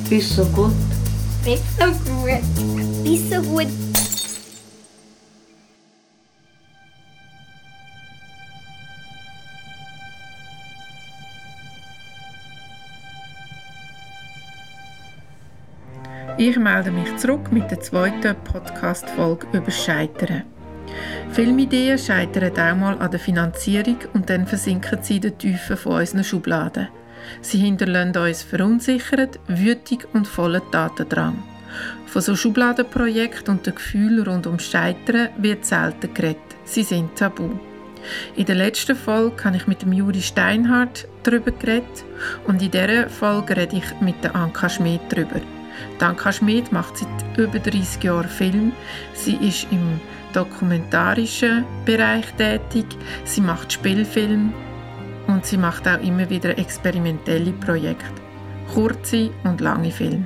Bis so gut. Bis so gut. Bis so gut. Ich melde mich zurück mit der zweiten Podcast-Folge über Scheitern. Filmideen scheitern auch mal an der Finanzierung und dann versinken sie in den Tiefen von unseren Schubladen. Sie hinterlassen uns verunsichert, wütig und voller Tatendrang. Von so Schubladenprojekten und den Gefühlen rund ums Scheitern wird selten geredet. Sie sind tabu. In der letzten Folge habe ich mit dem Juri Steinhardt darüber geredet und in dieser Folge rede ich mit der Anka Schmid darüber. Anka Schmid macht seit über 30 Jahren Film. Sie ist im dokumentarischen Bereich tätig. Sie macht Spielfilme und sie macht auch immer wieder experimentelle Projekte. Kurze und lange Filme.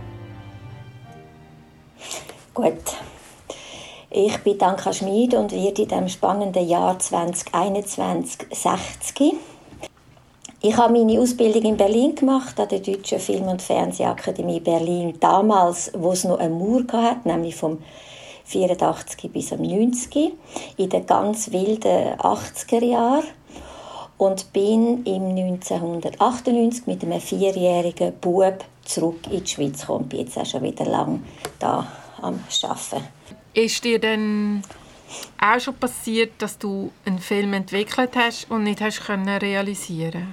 Gut. Ich bin Anka Schmid und werde in diesem spannenden Jahr 2021 60. Ich habe meine Ausbildung in Berlin gemacht, an der Deutschen Film- und Fernsehakademie Berlin. Damals, wo es noch eine Mauer hatte, nämlich vom 84 bis 90, in den ganz wilden 80er Jahren. Und bin im 1998 mit einem 4-jährigen Bub zurück in die Schweiz gekommen. Ich bin jetzt auch schon wieder lange da am Arbeiten. Ist dir denn auch schon passiert, dass du einen Film entwickelt hast und nicht hast realisieren?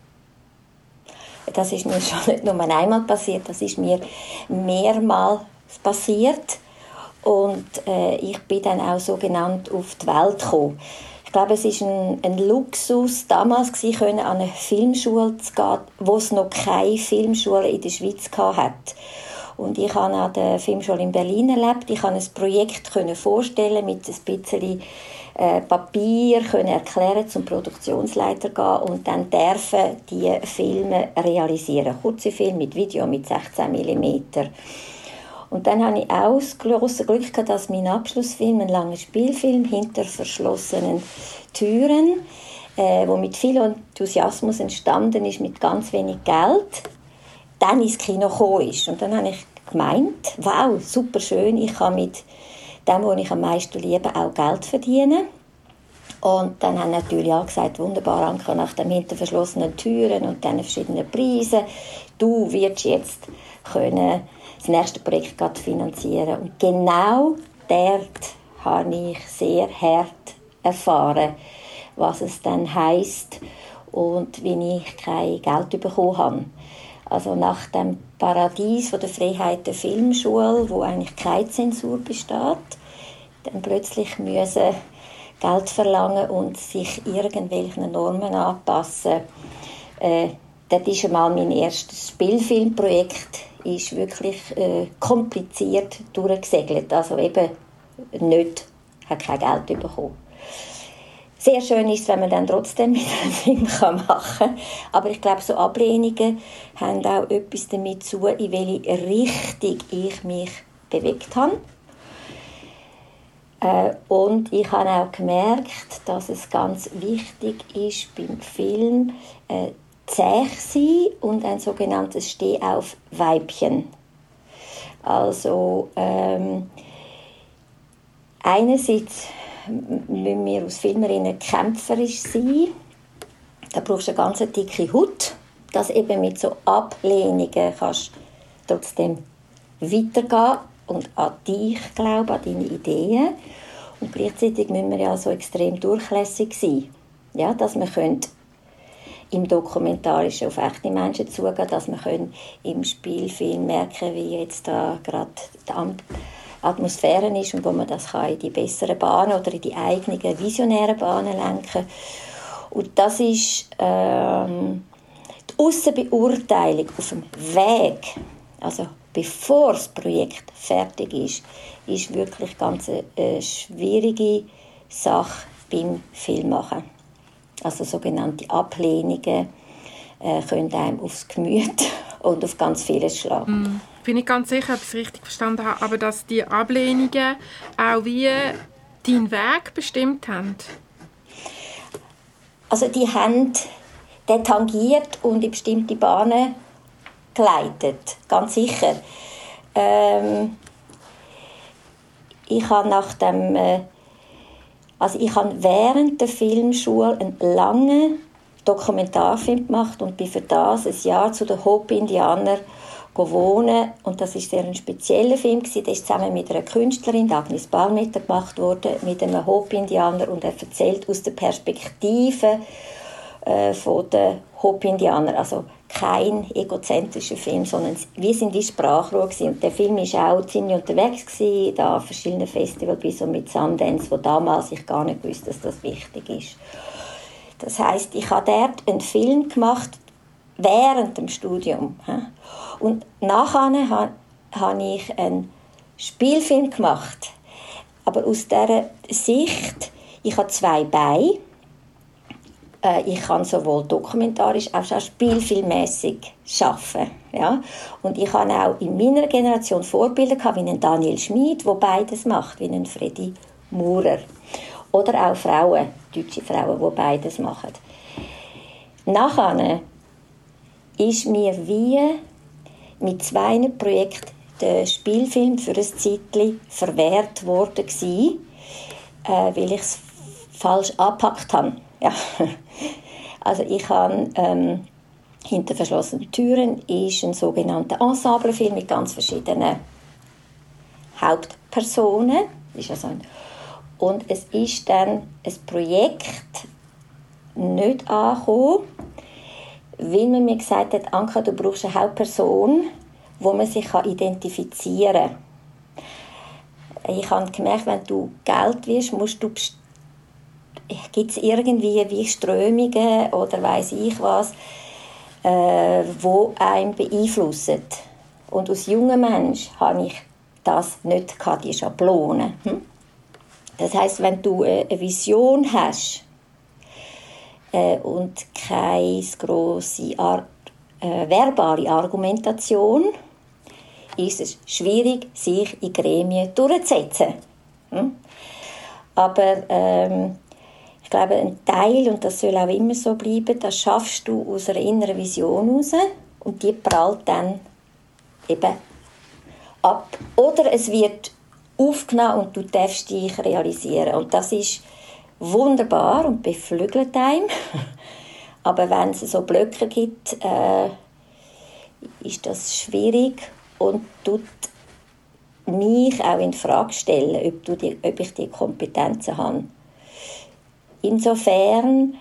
Das ist mir schon nicht nur einmal passiert, das ist mir mehrmals passiert. Und ich bin dann auch sogenannt auf die Welt gekommen. Ich glaube, es war ein Luxus damals gewesen, an eine Filmschule zu gehen, wo es noch keine Filmschule in der Schweiz hatte. Und ich habe an der Filmschule in Berlin erlebt. Ich konnte ein Projekt vorstellen mit ein bisschen Papier, erklären, zum Produktionsleiter gehen und dann dürfen die Filme realisieren. Kurze Filme mit Video mit 16 mm. Und dann hatte ich auch das grosse Glück gehabt, dass mein Abschlussfilm, ein langer Spielfilm, hinter verschlossenen Türen, wo mit viel Enthusiasmus entstanden ist, mit ganz wenig Geld, dann ins Kino gekommen ist. Und dann habe ich gemeint, wow, super schön, ich kann mit dem, was ich am meisten liebe, auch Geld verdienen. Und dann haben natürlich auch gesagt, wunderbar, Anka, nach den hinter verschlossenen Türen und dann verschiedenen Preisen, du wirst jetzt können das nächste Projekt finanzieren. Und genau dort habe ich sehr hart erfahren, was es dann heisst und wie ich kein Geld bekommen habe. Also nach dem Paradies von der Freiheit der Filmschule, wo eigentlich keine Zensur besteht, dann plötzlich müssen Geld verlangen und sich irgendwelchen Normen anpassen. Das ist einmal mein erstes Spielfilmprojekt, ist wirklich kompliziert durchgesegelt. Also eben nicht, hat kein Geld bekommen. Sehr schön ist es, wenn man dann trotzdem mit einem Film machen kann. Aber ich glaube, so Ablehnungen haben auch etwas damit zu tun, in welche Richtung ich mich bewegt habe. Und ich habe auch gemerkt, dass es ganz wichtig ist, beim Film zäh sein und ein sogenanntes Stehauf-Weibchen. Also einerseits müssen wir als Filmerinnen kämpferisch sein. Da brauchst du eine ganz dicke Haut, dass eben mit so Ablehnungen kannst trotzdem weitergehen und an dich glauben, an deine Ideen. Und gleichzeitig müssen wir ja so extrem durchlässig sein, ja, dass wir im Dokumentarischen auf echte Menschen zugehen, dass wir im Spielfilm merken, wie jetzt da gerade die Atmosphäre ist und wo man das kann in die besseren Bahnen oder in die eigenen visionären Bahnen lenken. Und das ist die Aussenbeurteilung auf dem Weg, also bevor das Projekt fertig ist wirklich ganz eine schwierige Sache beim Filmmachen. Also sogenannte Ablehnungen können einem aufs Gemüt und auf ganz vieles schlagen. Bin ich ganz sicher, ob ich es richtig verstanden habe, aber dass die Ablehnungen auch wie deinen Weg bestimmt haben? Also die haben den tangiert und in bestimmte Bahnen begleitet, ganz sicher. Ich habe ich habe während der Filmschule einen langen Dokumentarfilm gemacht und bin für das ein Jahr zu den Hopi-Indianern wohnen. Und das war sehr ein spezieller Film. Der ist zusammen mit einer Künstlerin, Agnes Ballmetter, gemacht worden, mit einem Hopi-Indianer. Und er erzählt aus der Perspektive von den Hopi-Indianer. Also kein egozentrischer Film, sondern wir sind wie Sprachrohr gewesen. Und der Film war auch ziemlich unterwegs gewesen, da an verschiedenen Festivals, wie so mit Sundance, wo damals ich gar nicht wusste, dass das wichtig ist. Das heisst, ich habe dort einen Film gemacht während dem Studium. Und nachher habe ich einen Spielfilm gemacht. Aber aus dieser Sicht, ich habe 2 Beine. Ich kann sowohl dokumentarisch als auch spielfilmmäßig arbeiten. Ja? Und ich habe auch in meiner Generation Vorbilder gehabt, wie einen Daniel Schmid, der beides macht, wie einen Freddy Maurer. Oder auch Frauen, deutsche Frauen, die beides machen. Nachher ist mir wie mit 2 Projekten der Spielfilm für ein Zeitchen verwehrt worden, weil ich es falsch angepackt habe. Ja. Also ich habe «Hinter verschlossenen Türen» ist ein sogenannter Ensemblefilm mit ganz verschiedenen Hauptpersonen. Und es ist dann ein Projekt nicht angekommen, weil man mir gesagt hat, Anka, du brauchst eine Hauptperson, wo man sich identifizieren kann. Ich habe gemerkt, wenn du Geld wirst, musst du gibt es irgendwie wie Strömungen oder weiss ich was, wo einen beeinflussen. Und als junger Mensch habe ich das nicht gehabt, die Schablone. Das heisst, wenn du eine Vision hast und keine grosse verbale Argumentation, ist es schwierig, sich in Gremien durchzusetzen. Aber ich glaube, ein Teil, und das soll auch immer so bleiben, das schaffst du aus einer inneren Vision heraus und die prallt dann eben ab. Oder es wird aufgenommen und du darfst dich realisieren. Und das ist wunderbar und beflügelt einem. Aber wenn es so Blöcke gibt, ist das schwierig und tut mich auch in Frage stellen, ob ich die Kompetenzen habe. Insofern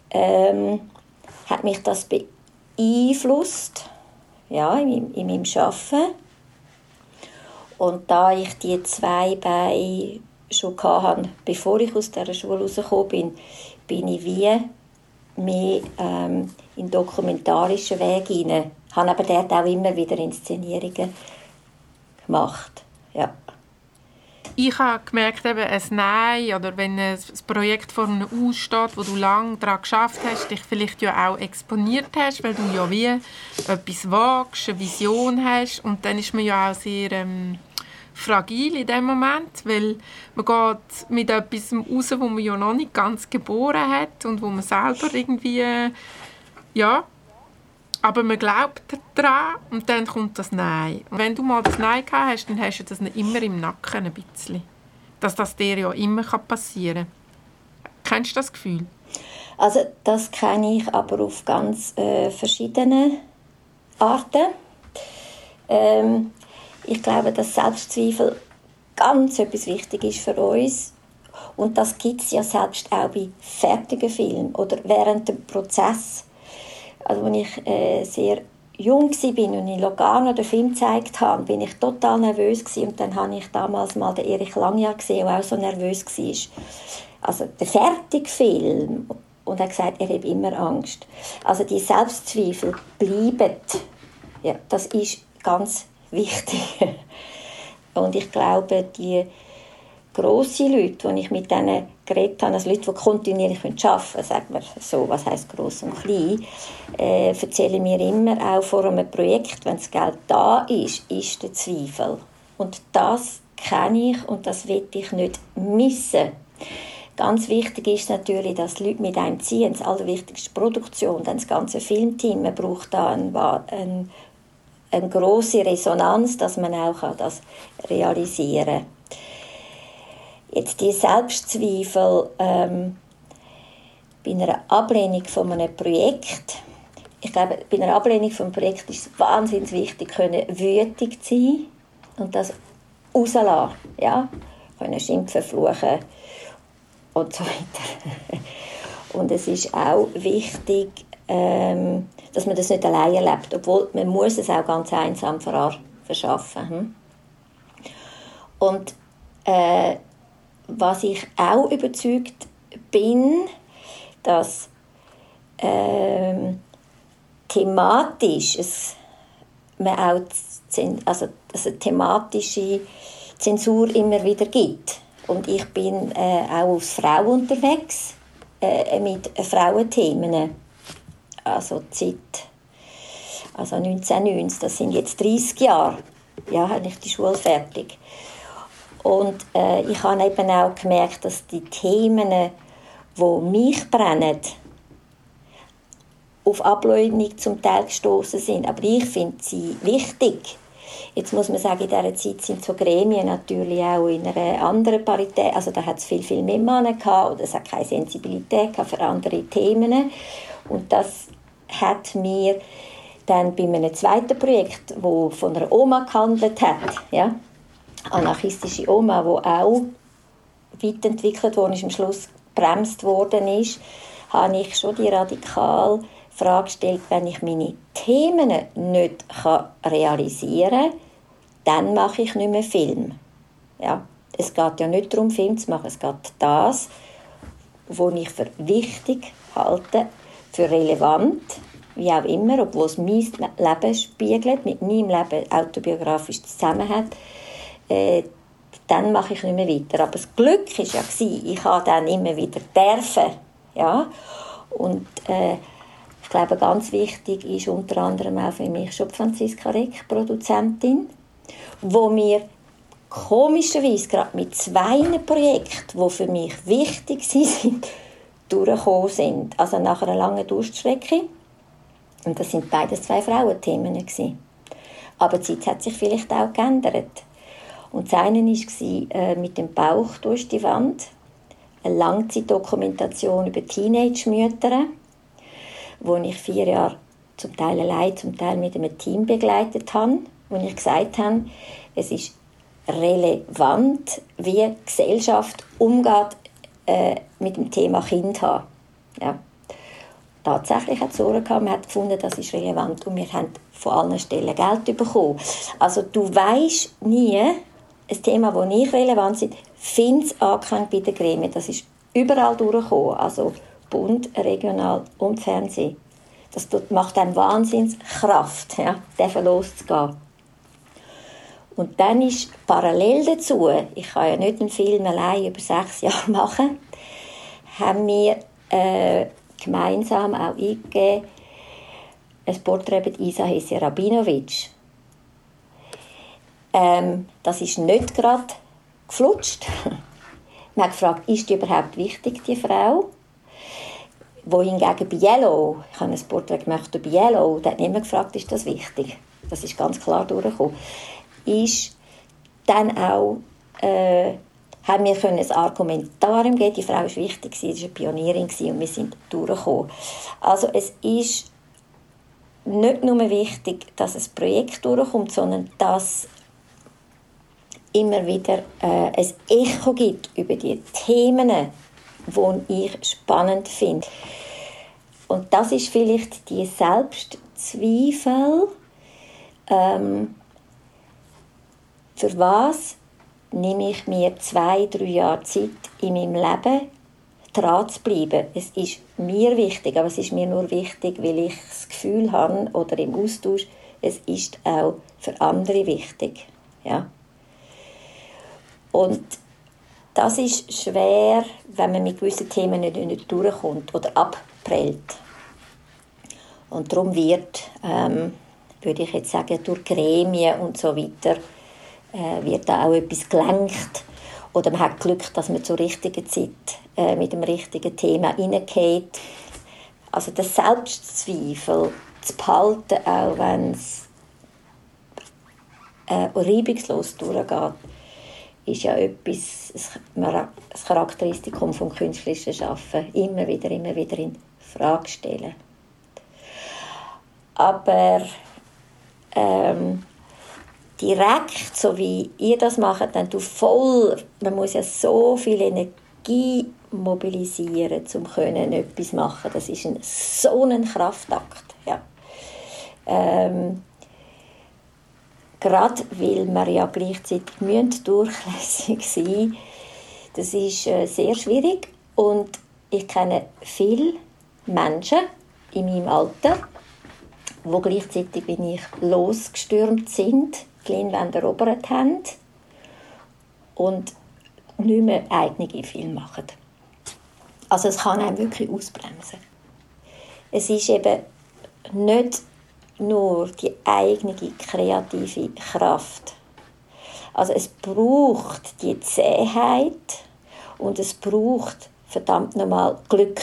hat mich das beeinflusst, ja, in meinem Arbeiten. Und da ich die 2 Beine schon hatte, bevor ich aus dieser Schule rausgekommen bin ich wie mehr in den dokumentarischen Weg hinein. Ich habe aber dort auch immer wieder Inszenierungen gemacht. Ja. Ich habe gemerkt, eben ein Nein oder wenn ein Projekt vor einem aussteht, wo du lange daran geschafft hast, dich vielleicht ja auch exponiert hast, weil du ja wie etwas wagst, eine Vision hast und dann ist man ja auch sehr fragil in dem Moment, weil man geht mit etwas raus, wo man ja noch nicht ganz geboren hat und wo man selber irgendwie, ja, aber man glaubt daran und dann kommt das Nein. Und wenn du mal das Nein gehabt hast, dann hast du das immer im Nacken ein bisschen. Dass das dir ja immer passieren kann. Kennst du das Gefühl? Also das kenne ich aber auf ganz verschiedene Arten. Ich glaube, dass Selbstzweifel ganz etwas wichtig ist für uns. Und das gibt es ja selbst auch bei fertigen Filmen oder während dem Prozess. Also als ich sehr jung war und in Locarno den Film gezeigt habe, bin ich total nervös gewesen. Und dann habe ich damals mal den Erich Langjahr gesehen, der auch so nervös war. Also der fertige Film. Und er hat gesagt, er hat immer Angst. Also die Selbstzweifel bleiben. Ja, das ist ganz wichtig. Und ich glaube, die grosse Leute, die ich mit denen geredet habe, also Leute, die kontinuierlich arbeiten können, sagt man so, was heisst gross und klein, erzählen mir immer auch vor einem Projekt, wenn das Geld da ist der Zweifel. Und das kenne ich und das will ich nicht missen. Ganz wichtig ist natürlich, dass die Leute mit einem ziehen. Das allerwichtigste Produktion, dann das ganze Filmteam. Man braucht da einen eine grosse Resonanz, dass man auch das realisieren kann. Jetzt die Selbstzweifel bei einer Ablehnung von einem Projekt. Ich glaube, bei einer Ablehnung von einem Projekt ist es wahnsinnig wichtig, wütig zu sein und das rauslassen. Ja? Können schimpfen, fluchen und so weiter. Und es ist auch wichtig, dass man das nicht allein erlebt, obwohl man muss es auch ganz einsam verschaffen. Und was ich auch überzeugt bin, dass thematisch man auch dass es thematische Zensur immer wieder gibt. Und ich bin auch als Frau unterwegs mit Frauenthemen. Also seit 1990, das sind jetzt 30 Jahre, ja, habe ich die Schule fertig. Und ich habe eben auch gemerkt, dass die Themen, die mich brennen, auf Ablehnung zum Teil gestoßen sind. Aber ich finde sie wichtig. Jetzt muss man sagen, in dieser Zeit sind so Gremien natürlich auch in einer anderen Parität. Also da hat es viel mehr Männer gehabt oder es hat keine Sensibilität für andere Themen. Und das hat mir dann bei einem zweiten Projekt, das von einer Oma gehandelt hat, ja, anarchistische Oma, die auch weiterentwickelt worden ist, am Schluss gebremst worden ist, habe ich schon die radikale Frage gestellt, wenn ich meine Themen nicht realisieren kann, dann mache ich nicht mehr Film. Ja, es geht ja nicht darum, Film zu machen, es geht das, was ich für wichtig halte, für relevant, wie auch immer, obwohl es mein Leben spiegelt, mit meinem Leben autobiografisch zusammenhängt, dann mache ich nicht mehr weiter. Aber das Glück war ja, ich habe dann immer wieder dürfen. Ja? Und ich glaube, ganz wichtig ist unter anderem auch für mich schon Franziska Reck, Produzentin, wo mir komischerweise gerade mit 2 Projekten, die für mich wichtig sind, durchgekommen sind. Also nach einer langen Durststrecke. Und das sind beides 2 Frauenthemen gewesen. Aber die Zeit hat sich vielleicht auch geändert. Und das eine war mit dem Bauch durch die Wand, eine Langzeitdokumentation über Teenage-Mütter, wo ich 4 Jahre zum Teil allein, zum Teil mit einem Team begleitet habe, wo ich gesagt habe, es ist relevant, wie die Gesellschaft umgeht mit dem Thema Kind haben. Ja. Tatsächlich hat es Ohren gehabt, man hat gefunden, das ist relevant und wir haben von allen Stellen Geld bekommen. Also du weisst nie, ein Thema, das nicht relevant ist, findet es Anklang bei den Gremien. Das ist überall durchgekommen, also Bund, regional und Fernsehen. Das macht eine Wahnsinnskraft, ja, den loszugehen. Und dann ist parallel dazu, ich kann ja nicht einen Film allein über 6 Jahre machen, haben wir gemeinsam auch eingegeben, ein Porträt mit Isa Hesje-Rabinović. Das ist nicht gerade geflutscht. Man hat gefragt, ist die überhaupt wichtig, die Frau? Wohingegen bei Yellow, ich habe ein Porträt gemacht über Yellow, da hat niemand gefragt, ist das wichtig? Das ist ganz klar durchgekommen. Ist dann auch, haben wir ein Argumentarium geben, die Frau war wichtig, sie war eine Pionierin und wir sind durchgekommen. Also es ist nicht nur wichtig, dass ein Projekt durchkommt, sondern dass immer wieder ein Echo gibt über die Themen, die ich spannend finde. Und das ist vielleicht die Selbstzweifel. Für was nehme ich mir 2-3 Jahre Zeit in meinem Leben, dran zu bleiben? Es ist mir wichtig, aber es ist mir nur wichtig, weil ich das Gefühl habe, oder im Austausch, es ist auch für andere wichtig. Ja? Und das ist schwer, wenn man mit gewissen Themen nicht durchkommt oder abprellt. Und darum würde ich jetzt sagen, durch Gremien und so weiter, wird da auch etwas gelenkt. Oder man hat Glück, dass man zur richtigen Zeit mit dem richtigen Thema hineingeht. Also den Selbstzweifel zu behalten, auch wenn es reibungslos durchgeht, ist ja etwas, ein Charakteristikum vom künstlerischen Schaffen. Immer wieder in Frage stellen. Aber direkt, so wie ihr das macht, dann man muss ja so viel Energie mobilisieren, um etwas machen. Das ist so ein Kraftakt. Ja. Gerade weil wir ja gleichzeitig durchlässig sein müssen, das ist sehr schwierig. Und ich kenne viele Menschen in meinem Alter, die gleichzeitig wie ich losgestürmt sind, die Leinwände erobert haben und nicht mehr eigene Filme machen. Also es kann einem wirklich ausbremsen. Es ist eben nicht nur die eigene kreative Kraft. Also es braucht die Zähheit und es braucht verdammt nochmal Glück.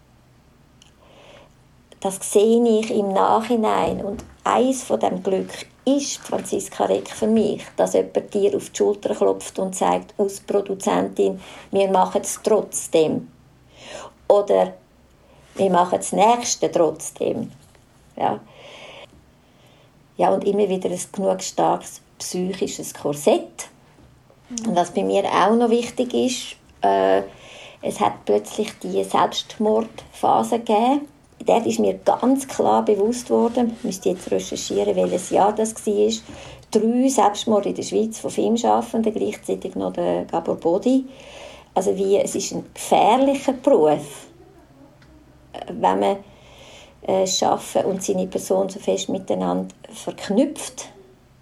Das sehe ich im Nachhinein. Und eins von dem Glück ist, Franziska Reck, für mich, dass jemand dir auf die Schulter klopft und sagt, als Produzentin, wir machen es trotzdem. Oder wir machen das Nächste trotzdem. Ja. Ja, und immer wieder ein genug starkes psychisches Korsett. Und was bei mir auch noch wichtig ist, es hat plötzlich die Selbstmordphase gegeben. Dort ist mir ganz klar bewusst worden, ich müsste jetzt recherchieren, welches Jahr das war, 3 Selbstmorde in der Schweiz von Filmschaffenden, gleichzeitig noch der Gabor Bodi. Also es ist ein gefährlicher Beruf, wenn man Schaffen und seine Person so fest miteinander verknüpft.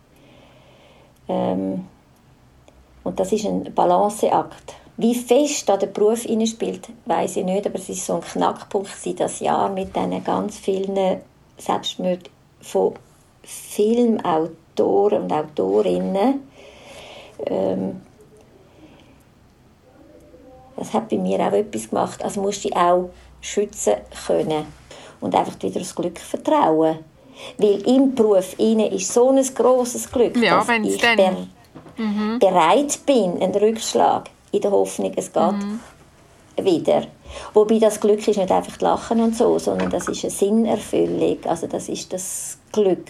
Und das ist ein Balanceakt. Wie fest da der Beruf spielt, weiss ich nicht, aber es ist so ein Knackpunkt das Jahr mit diesen ganz vielen Selbstmorden von Filmautoren und Autorinnen. Das hat bei mir auch etwas gemacht. Also musst du dich auch schützen können und einfach wieder das Glück vertrauen. Weil im Beruf ist so ein grosses Glück, ja, dass ich bereit bin, einen Rückschlag, in der Hoffnung, es geht wieder. Wobei das Glück ist nicht einfach Lachen und so, sondern das ist eine Sinnerfüllung. Also das ist das Glück,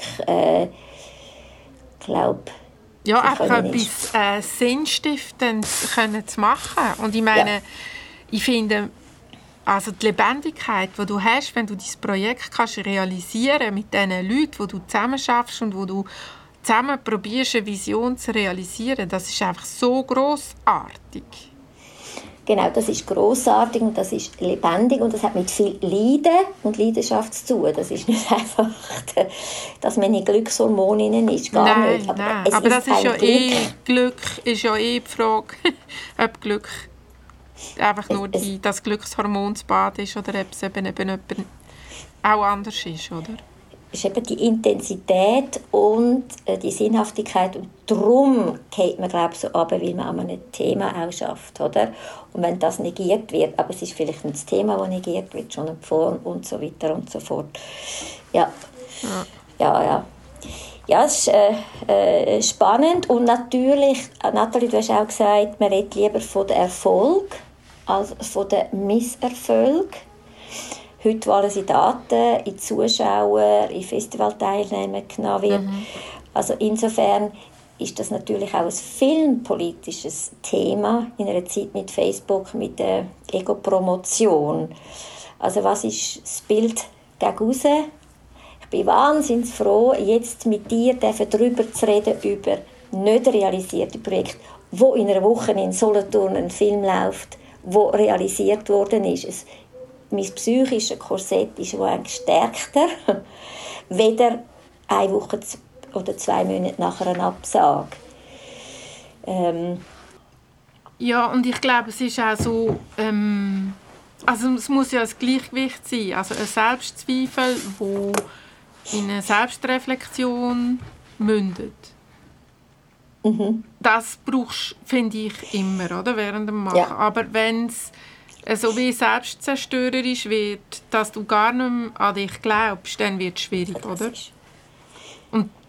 glaube ja, einfach etwas Sinnstiftendes zu machen. Und ich meine, ich finde, also die Lebendigkeit, die du hast, wenn du dieses Projekt kannst realisieren mit den Leuten, die du zusammen schaffst und wo du zusammen probierst, eine Vision zu realisieren, das ist einfach so grossartig. Genau, das ist grossartig und das ist lebendig und das hat mit viel Leiden und Leidenschaft zu tun. Das ist nicht einfach, dass man in Glückshormonen ist, gar nein, nicht. Aber das ist ja Glück ist ja die Frage, ob Glück einfach nur das Glückshormonsbad ist oder ob es eben auch anders ist, oder? Es ist eben die Intensität und die Sinnhaftigkeit. Und darum geht man, glaube ich, so runter, weil man an einem Thema auch schafft, oder? Und wenn das negiert wird, aber es ist vielleicht nicht das Thema, das negiert wird, schon eine Form und so weiter und so fort. Ja. Ja, es ist spannend. Und natürlich, Nathalie, du hast auch gesagt, man redet lieber von dem Erfolg als von dem Misserfolg. Heute wollen sie Daten in Zuschauer, in Festivalteilnehmer genommen wird. Also insofern ist das natürlich auch ein filmpolitisches Thema in einer Zeit mit Facebook, mit der Ego-Promotion. Also was ist das Bild gegen raus? Ich bin wahnsinnig froh, jetzt mit dir darüber zu reden, über nicht realisierte Projekte, wo in einer Woche in Solothurn ein Film läuft, wo realisiert worden ist. Mein psychisches Korsett ist gestärkter, weder eine Woche oder 2 Monate nach einer Absage. Ja, und ich glaube, es ist auch so, also es muss ja ein Gleichgewicht sein, also ein Selbstzweifel, wo in eine Selbstreflexion mündet. Das brauchst, finde ich, immer, oder, während dem Machen. Ja. Aber wenn es so wie selbstzerstörerisch wird, dass du gar nicht mehr an dich glaubst, dann wird es schwierig, oder? Und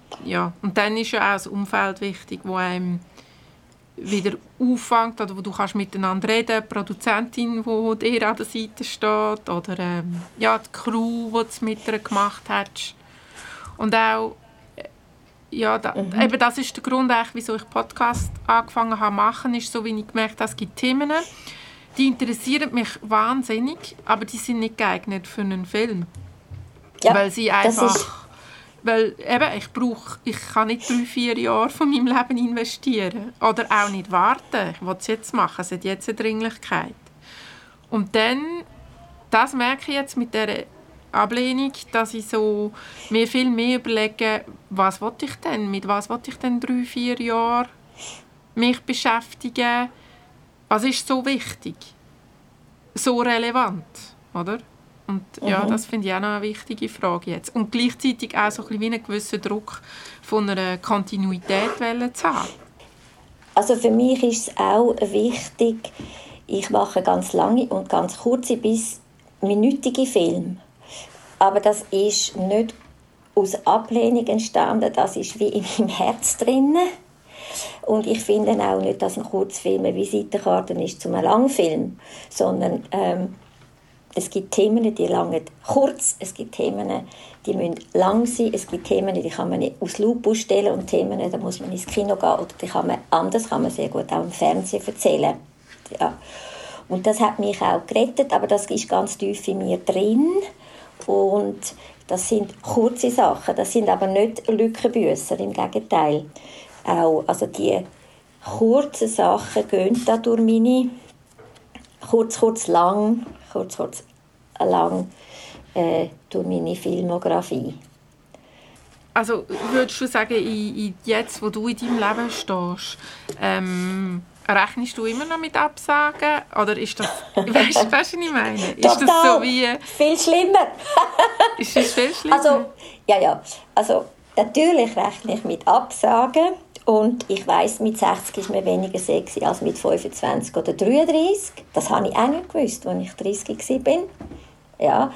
ja, und dann ist ja auch das Umfeld wichtig, wo einem wieder auffängt oder wo du kannst miteinander reden, die Produzentin, die dir an der Seite steht oder ja, die Crew, die du mit ihr gemacht hast. Und auch, ja, eben das ist der Grund, wieso ich Podcast angefangen habe zu machen, ist so, wie ich gemerkt habe, es gibt Themen, die interessieren mich wahnsinnig, aber die sind nicht geeignet für einen Film. Ja, weil sie einfach... Weil eben, ich kann nicht 3-4 Jahre von meinem Leben investieren. Oder auch nicht warten. Ich will es jetzt machen. Es hat jetzt eine Dringlichkeit. Und dann, das merke ich jetzt mit dieser Ablehnung, dass ich so mir viel mehr überlege, was will ich denn? Mit was will ich denn 3-4 Jahre mich beschäftigen? Was ist so wichtig? So relevant, oder? Und ja, das finde ich auch noch eine wichtige Frage jetzt. Und gleichzeitig auch so ein bisschen wie einen gewissen Druck von einer Kontinuität zu haben. Also für mich ist es auch wichtig, ich mache ganz lange und ganz kurze bis minütige Filme. Aber das ist nicht aus Ablehnung entstanden, das ist wie in meinem Herz drin. Und ich finde auch nicht, dass ein Kurzfilm eine Visitenkarte ist zu einem Langfilm, sondern es gibt Themen, die langen kurz, es gibt Themen, die müssen lang sein, es gibt Themen, die kann man nicht aus Lupus stellen und Themen, da muss man ins Kino gehen oder die kann man sehr gut auch im Fernsehen erzählen. Ja. Und das hat mich auch gerettet, aber das ist ganz tief in mir drin und das sind kurze Sachen, das sind aber nicht Lückenbüsser, im Gegenteil. Auch, also die kurzen Sachen gehen da durch meine kurz, lang durch meine Filmografie. Also würdest du sagen, jetzt, wo du in deinem Leben stehst, rechnest du immer noch mit Absagen? Oder ist das, weißt du, was ich meine? Ist Total. Das so wie... Viel schlimmer. Ist das viel schlimmer? Also, ja. Also, natürlich rechne ich mit Absagen. Und ich weiss, mit 60 ist mir weniger sexy als mit 25 oder 33. Das habe ich auch nicht gewusst, als ich 30 war. Ja.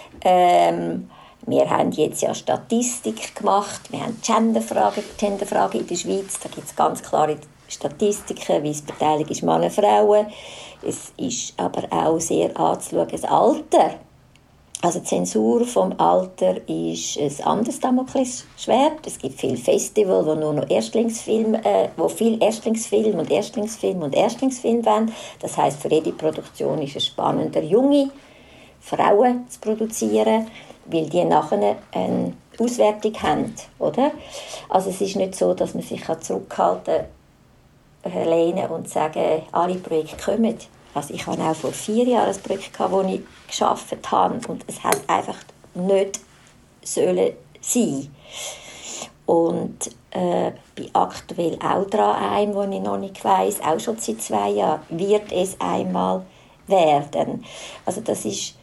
Wir haben jetzt ja Statistik gemacht. Wir haben Genderfragen in der Schweiz. Da gibt es ganz klare Statistiken, wie es Beteiligung ist Männer und Frauen. Es ist aber auch sehr anzuschauen, das Alter. Also die Zensur vom Alter ist ein anderes Damoklesschwert. Es gibt viele Festivals, wo nur noch wo viel Erstlingsfilm wollen. Das heisst, für jede Produktion ist es spannender, junge Frauen zu produzieren, weil die nachher eine Auswertung haben, oder? Also es ist nicht so, dass man sich zurückhalten kann, lehnen und sagen, alle Projekte kommen. Also ich hatte auch vor 4 Jahren ein Projekt, das ich gearbeitet habe und es hat einfach nicht sollen sein. Und bin aktuell auch dran einem, wo ich noch nicht weiss, auch schon seit 2 Jahren, wird es einmal werden. Also das ist,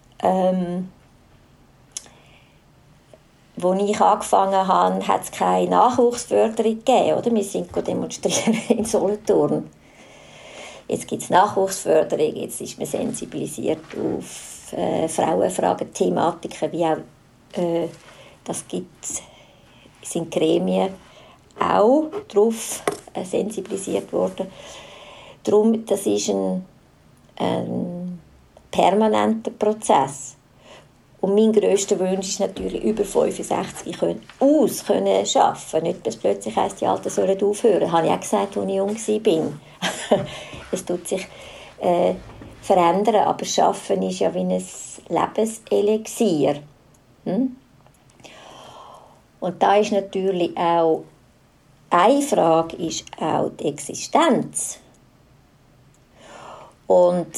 als ich angefangen habe, hat es keine Nachwuchsförderung gegeben. Oder? Wir sind demonstrieren in Solothurn. Jetzt gibt es Nachwuchsförderung, jetzt ist man sensibilisiert auf Frauenfragen, Thematiken, wie auch sind Gremien auch darauf sensibilisiert worden. Darum, das ist ein permanenter Prozess. Und mein grösster Wunsch ist natürlich, über 65 arbeiten können. Nicht, dass plötzlich heisst, die Alten sollen aufhören. Das habe ich auch gesagt, als ich jung war. Es tut sich verändern, aber Arbeiten ist ja wie ein Lebenselixier. Und da ist natürlich auch eine Frage ist auch die Existenz. Und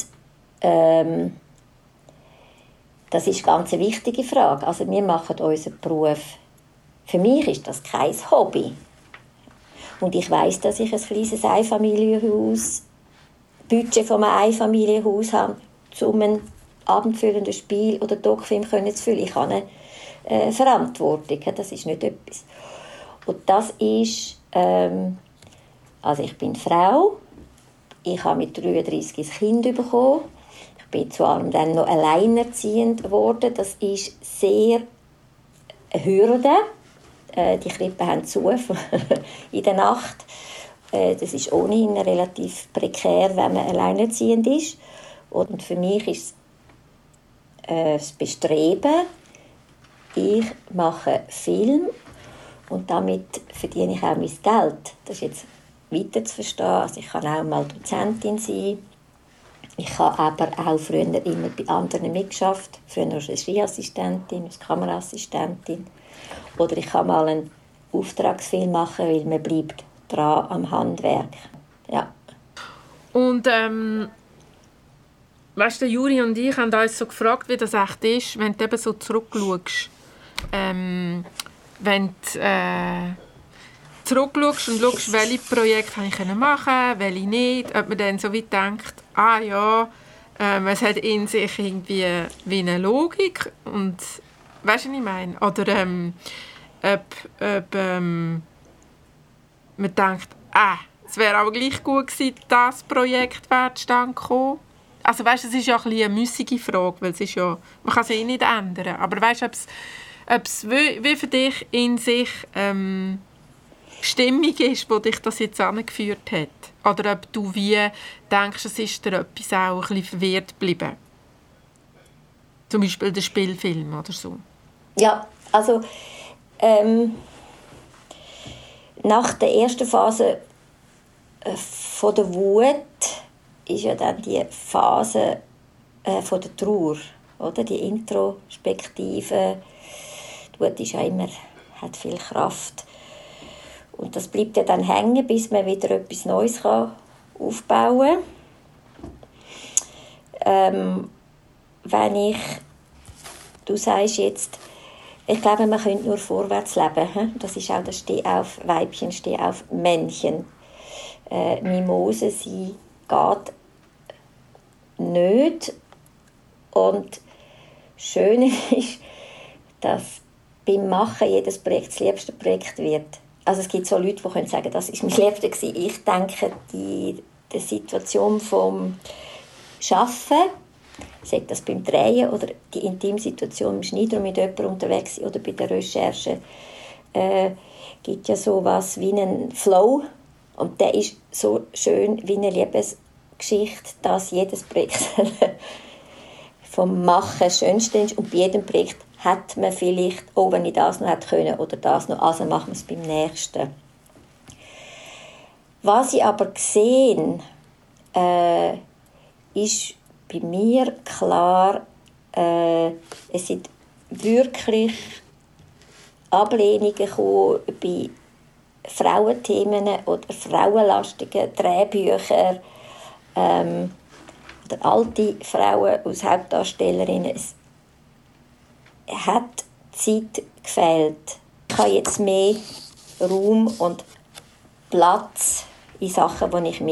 das ist ganz eine wichtige Frage. Also wir machen unseren Beruf. Für mich ist das kein Hobby. Und ich weiss, dass ich ein kleines Einfamilienhaus, Budget von einem Einfamilienhaus habe, um ein abendfüllendes Spiel oder Doc-Film zu füllen. Ich habe eine Verantwortung. Das ist nicht etwas. Und das ist, also ich bin Frau. Ich habe mit 33 ein Kind bekommen. Ich bin zu allem dann noch alleinerziehend geworden. Das ist sehr eine Hürde. Die Krippen haben zu in der Nacht. Das ist ohnehin relativ prekär, wenn man alleinerziehend ist. Und für mich ist das Bestreben, ich mache Film und damit verdiene ich auch mein Geld. Das ist jetzt weiter zu verstehen. Also ich kann auch mal Dozentin sein. Ich habe aber auch früher immer bei anderen mitgearbeitet. Früher als Regieassistentin, als Kameraassistentin. Oder ich kann mal einen Auftragsfilm machen, weil man bleibt dran am Handwerk. Ja. Und weißt du, Juri und ich haben uns so gefragt, wie das echt ist, wenn du eben so zurückschaust. Wenn du zurückschaust und schaust, welche Projekte habe ich machen können, welche nicht, ob man dann so wie denkt, es hat in sich irgendwie wie eine Logik und weißt du, was ich meine? Oder ob man denkt, es wäre aber gleich gut gewesen, das Projekt wäre zustande gekommen. Also weißt, es ist ja ein bisschen eine müßige Frage, weil es ist ja, man kann es eh nicht ändern. Aber weißt du, ob es wie für dich in sich stimmig ist, wo dich das jetzt angeführt hat? Oder ob du wie denkst, es ist dir etwas auch ein bisschen verwirrt geblieben? Zum Beispiel der Spielfilm oder so. Ja, also nach der ersten Phase von der Wut ist ja dann die Phase von der Trauer, oder? Die Introspektive. Die Wut ist ja immer, hat viel Kraft. Und das bleibt ja dann hängen, bis man wieder etwas Neues aufbauen kann. Du sagst jetzt, ich glaube, man könnte nur vorwärts leben. Das ist auch das Stehauf-Weibchen, Stehauf-Männchen. Mimose, sie geht nicht. Und das Schöne ist, dass beim Machen jedes Projekt das liebste Projekt wird. Also es gibt so Leute, die können sagen, das war mein Liebste. Ich denke, die Situation vom Arbeiten, sei das beim Drehen oder die Intimsituation im Schneider und mit jemandem unterwegs oder bei der Recherche, gibt ja so etwas wie einen Flow. Und der ist so schön wie eine Liebesgeschichte, dass jedes Projekt vom Machen das Schönste ist. Und bei jedem Projekt hat man vielleicht, wenn ich das noch hätte können oder das noch, also machen wir es beim nächsten. Was ich aber gesehen, ist bei mir klar, es sind wirklich Ablehnungen gekommen bei Frauenthemen oder frauenlastigen Drehbüchern oder alte Frauen als Hauptdarstellerinnen. Es hat Zeit gefehlt. Ich habe jetzt mehr Raum und Platz in Sachen, wo ich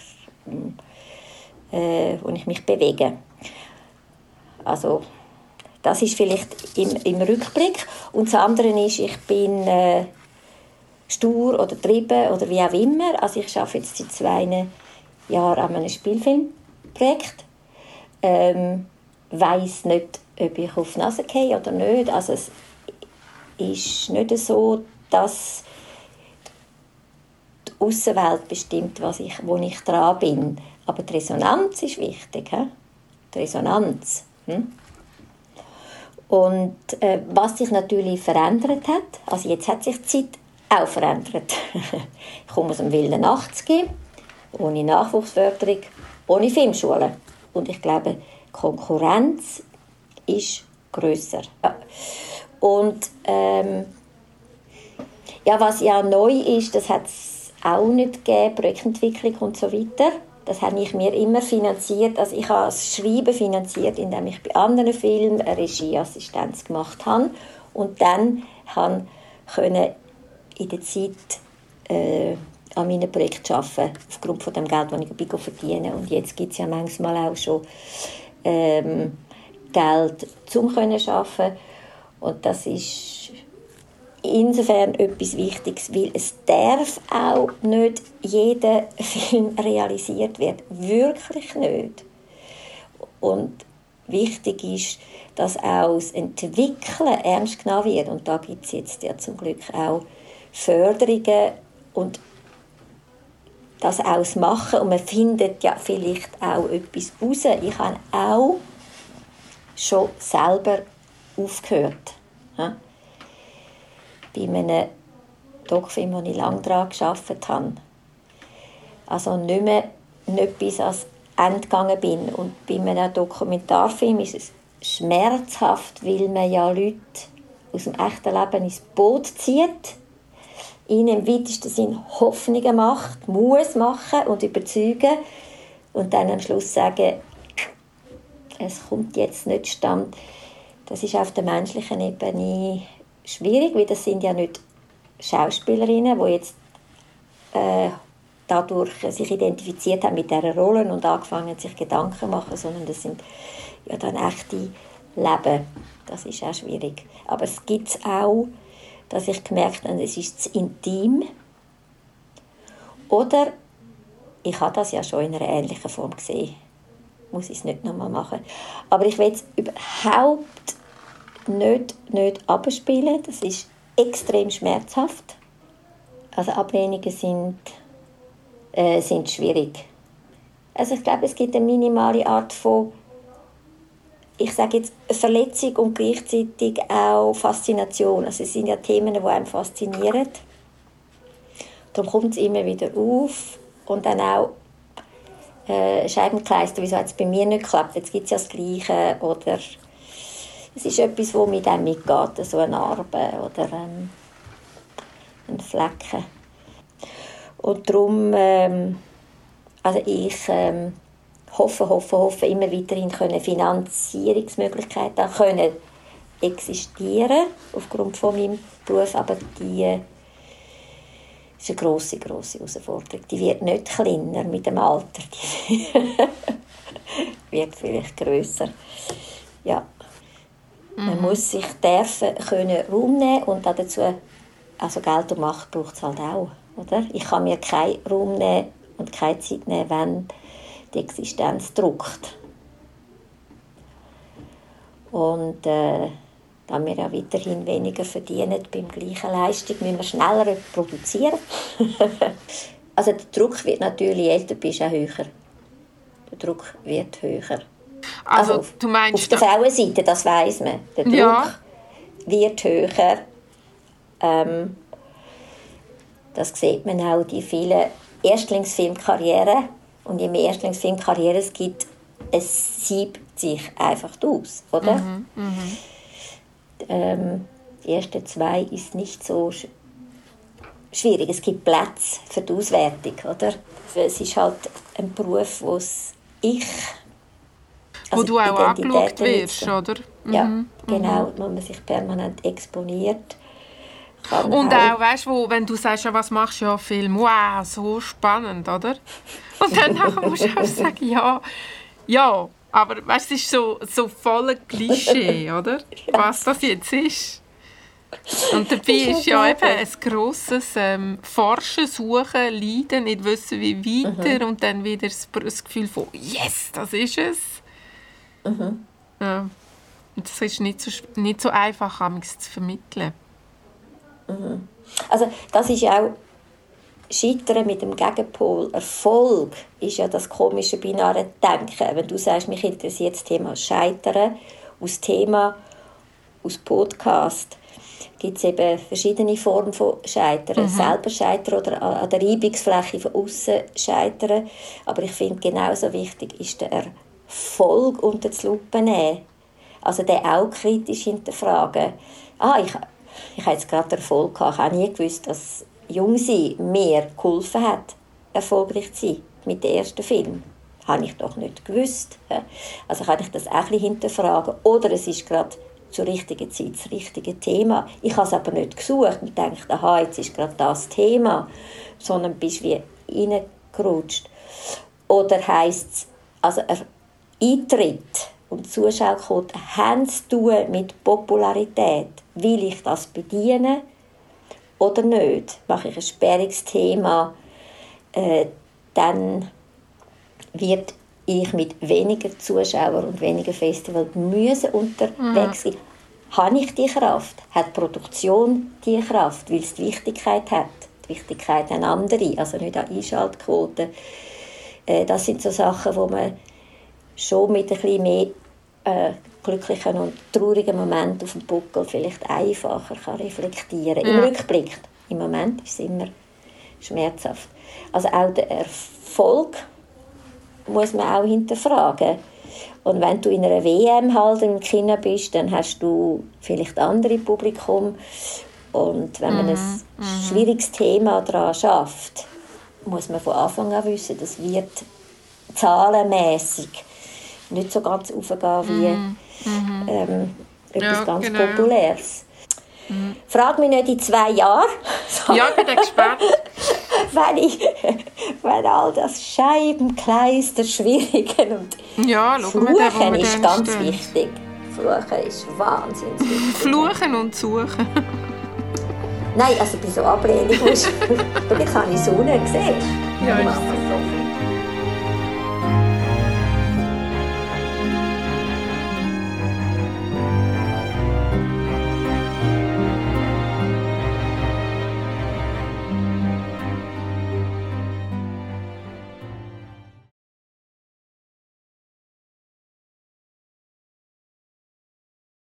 mich bewege. Also das ist vielleicht im Rückblick. Und das andere ist, ich bin stur oder getrieben oder wie auch immer. Also ich arbeite jetzt seit 2 Jahren an einem Spielfilmprojekt. Weiss nicht, ob ich auf die Nase gehe oder nicht. Also es ist nicht so, dass die Aussenwelt bestimmt, wo ich dran bin. Aber die Resonanz ist wichtig. He? Die Resonanz. Und was sich natürlich verändert hat, also jetzt hat sich die Zeit auch verändert. Ich komme aus dem wilden 80er, ohne Nachwuchsförderung, ohne Filmschule. Und ich glaube, die Konkurrenz ist grösser. Ja. Und was ja neu ist, das hat es auch nicht gegeben, Projektentwicklung und so weiter. Das habe ich mir immer finanziert. Also ich habe das Schreiben finanziert, indem ich bei anderen Filmen eine Regieassistenz gemacht habe. Und dann konnte in der Zeit an meinem Projekt arbeiten, aufgrund von dem Geld, das ich verdiene. Und jetzt gibt es ja manchmal auch schon Geld, um zu arbeiten. Und das ist insofern etwas Wichtiges, weil es darf auch nicht jeder Film realisiert werden. Wirklich nicht. Und wichtig ist, dass auch das Entwickeln ernst genommen wird. Und da gibt es jetzt ja zum Glück auch Förderungen und das auch machen. Und man findet ja vielleicht auch etwas raus. Ich habe auch schon selber aufgehört. Ja? Bei einem Doc-Film, wo ich lange daran gearbeitet habe. Also nicht mehr nicht bis ans Ende gegangen bin. Und bei einem Dokumentarfilm ist es schmerzhaft, weil man ja Leute aus dem echten Leben ins Boot zieht, ihnen im weitesten Sinn Hoffnungen macht, muss machen und überzeugen und dann am Schluss sagen, es kommt jetzt nicht zustande. Das ist auf der menschlichen Ebene schwierig, weil das sind ja nicht Schauspielerinnen, die jetzt dadurch sich identifiziert haben mit dieser Rolle und angefangen sich Gedanken zu machen, sondern das sind ja dann echte Leben. Das ist auch schwierig. Aber es gibt auch, dass ich gemerkt habe, es ist zu intim. Oder ich habe das ja schon in einer ähnlichen Form gesehen. Muss ich es nicht nochmal machen. Aber ich will es überhaupt nicht abspielen. Das ist extrem schmerzhaft. Also Ablehnungen sind schwierig. Also ich glaube, es gibt eine minimale Art von, ich sage jetzt, Verletzung und gleichzeitig auch Faszination. Also es sind ja Themen, die einem faszinieren. Darum kommt es immer wieder auf. Und dann auch Scheibenkleister, wieso hat es bei mir nicht geklappt? Jetzt gibt es ja das Gleiche. Oder es ist etwas, das mit einem mitgeht, so eine Narbe oder ein Flecken. Und darum, also ich hoffe, immer weiterhin Finanzierungsmöglichkeiten können existieren aufgrund von meinem Beruf, aber die ist eine grosse Herausforderung. Die wird nicht kleiner mit dem Alter, die wird vielleicht grösser. Ja. Man muss sich können Raum nehmen und dazu, also Geld und Macht braucht es halt auch. Oder? Ich kann mir keinen Raum nehmen und keine Zeit nehmen, wenn die Existenz druckt. Und da wir ja weiterhin weniger verdienen beim gleichen Leistung, müssen wir schneller produzieren. Also der Druck wird natürlich, je älter bist du, auch höher. Der Druck wird höher. Also du meinst... Auf der Frauenseite, das weiss man. Der Druck wird höher. Das sieht man auch, die vielen Erstlingsfilmkarrieren. Und je mehr Erstlingsfilmkarrieren es gibt, es siebt sich einfach aus, oder? Die ersten 2 ist nicht so schwierig. Es gibt Plätze für die Auswertung, oder? Es ist halt ein Beruf, wo wo du auch angeschaut wirst, oder? Ja, genau, wo man sich permanent exponiert. Und auch, weißt du, wenn du sagst, ja, was machst du ja Film, wow, so spannend, oder? Und dann musst du auch sagen, ja, aber weißt, es ist so voller Klischee, oder? Ja. Was das jetzt ist. Und dabei ist ja eben ein grosses Forschen, Suchen, Leiden, nicht wissen, wie weiter und dann wieder das Gefühl von «Yes, das ist es!» Ja. Und das ist nicht so einfach, zu vermitteln. Also das ist auch Scheitern mit dem Gegenpol. Erfolg ist ja das komische binäre Denken. Wenn du sagst, mich interessiert das Thema Scheitern, aus Podcast, gibt es eben verschiedene Formen von Scheitern. Selber scheitern oder an der Reibungsfläche von außen scheitern. Aber ich finde, genauso wichtig ist der Erfolg unter die Lupe nehmen. Also den auch kritisch hinterfragen. Ich habe jetzt gerade Erfolg gehabt. Ich habe nie gewusst, dass Jungsein mir geholfen hat, erfolgreich zu sein mit dem ersten Film. Das habe ich doch nicht gewusst. Also kann ich das auch ein bisschen hinterfragen. Oder es ist gerade zur richtigen Zeit das richtige Thema. Ich habe es aber nicht gesucht und dachte, jetzt ist gerade das Thema. Sondern bist wie reingerutscht. Oder heisst es, also Eintritt und Zuschauerquote haben zu tun mit Popularität. Will ich das bedienen oder nicht? Mache ich ein sperriges Thema, dann wird ich mit weniger Zuschauern und weniger Festivals unterwegs sein. Habe ich die Kraft? Hat die Produktion die Kraft, weil es die Wichtigkeit hat? Die Wichtigkeit haben andere, also nicht an Einschaltquoten. Das sind so Sachen, wo man schon mit ein bisschen mehr glücklichen und traurigen Momenten auf dem Buckel vielleicht einfacher kann reflektieren kann. Im Rückblick. Im Moment ist es immer schmerzhaft. Also auch der Erfolg muss man auch hinterfragen. Und wenn du in einer WM halt im Kino bist, dann hast du vielleicht andere Publikum. Und wenn man ein schwieriges Thema daran schafft, muss man von Anfang an wissen, das wird zahlenmässig nicht so ganz aufgehen wie etwas ganz Populäres. Frag mich nicht in 2 Jahren. Ja, ich bin gespannt. wenn all das Scheibenkleister, Schwierigen und Fluchen ist ganz wichtig. Fluchen ist wahnsinnig wichtig. Fluchen und suchen. Nein, also bei so Ablehnung muss vielleicht habe ich Sonne gesehen. Ja, ich mache es so.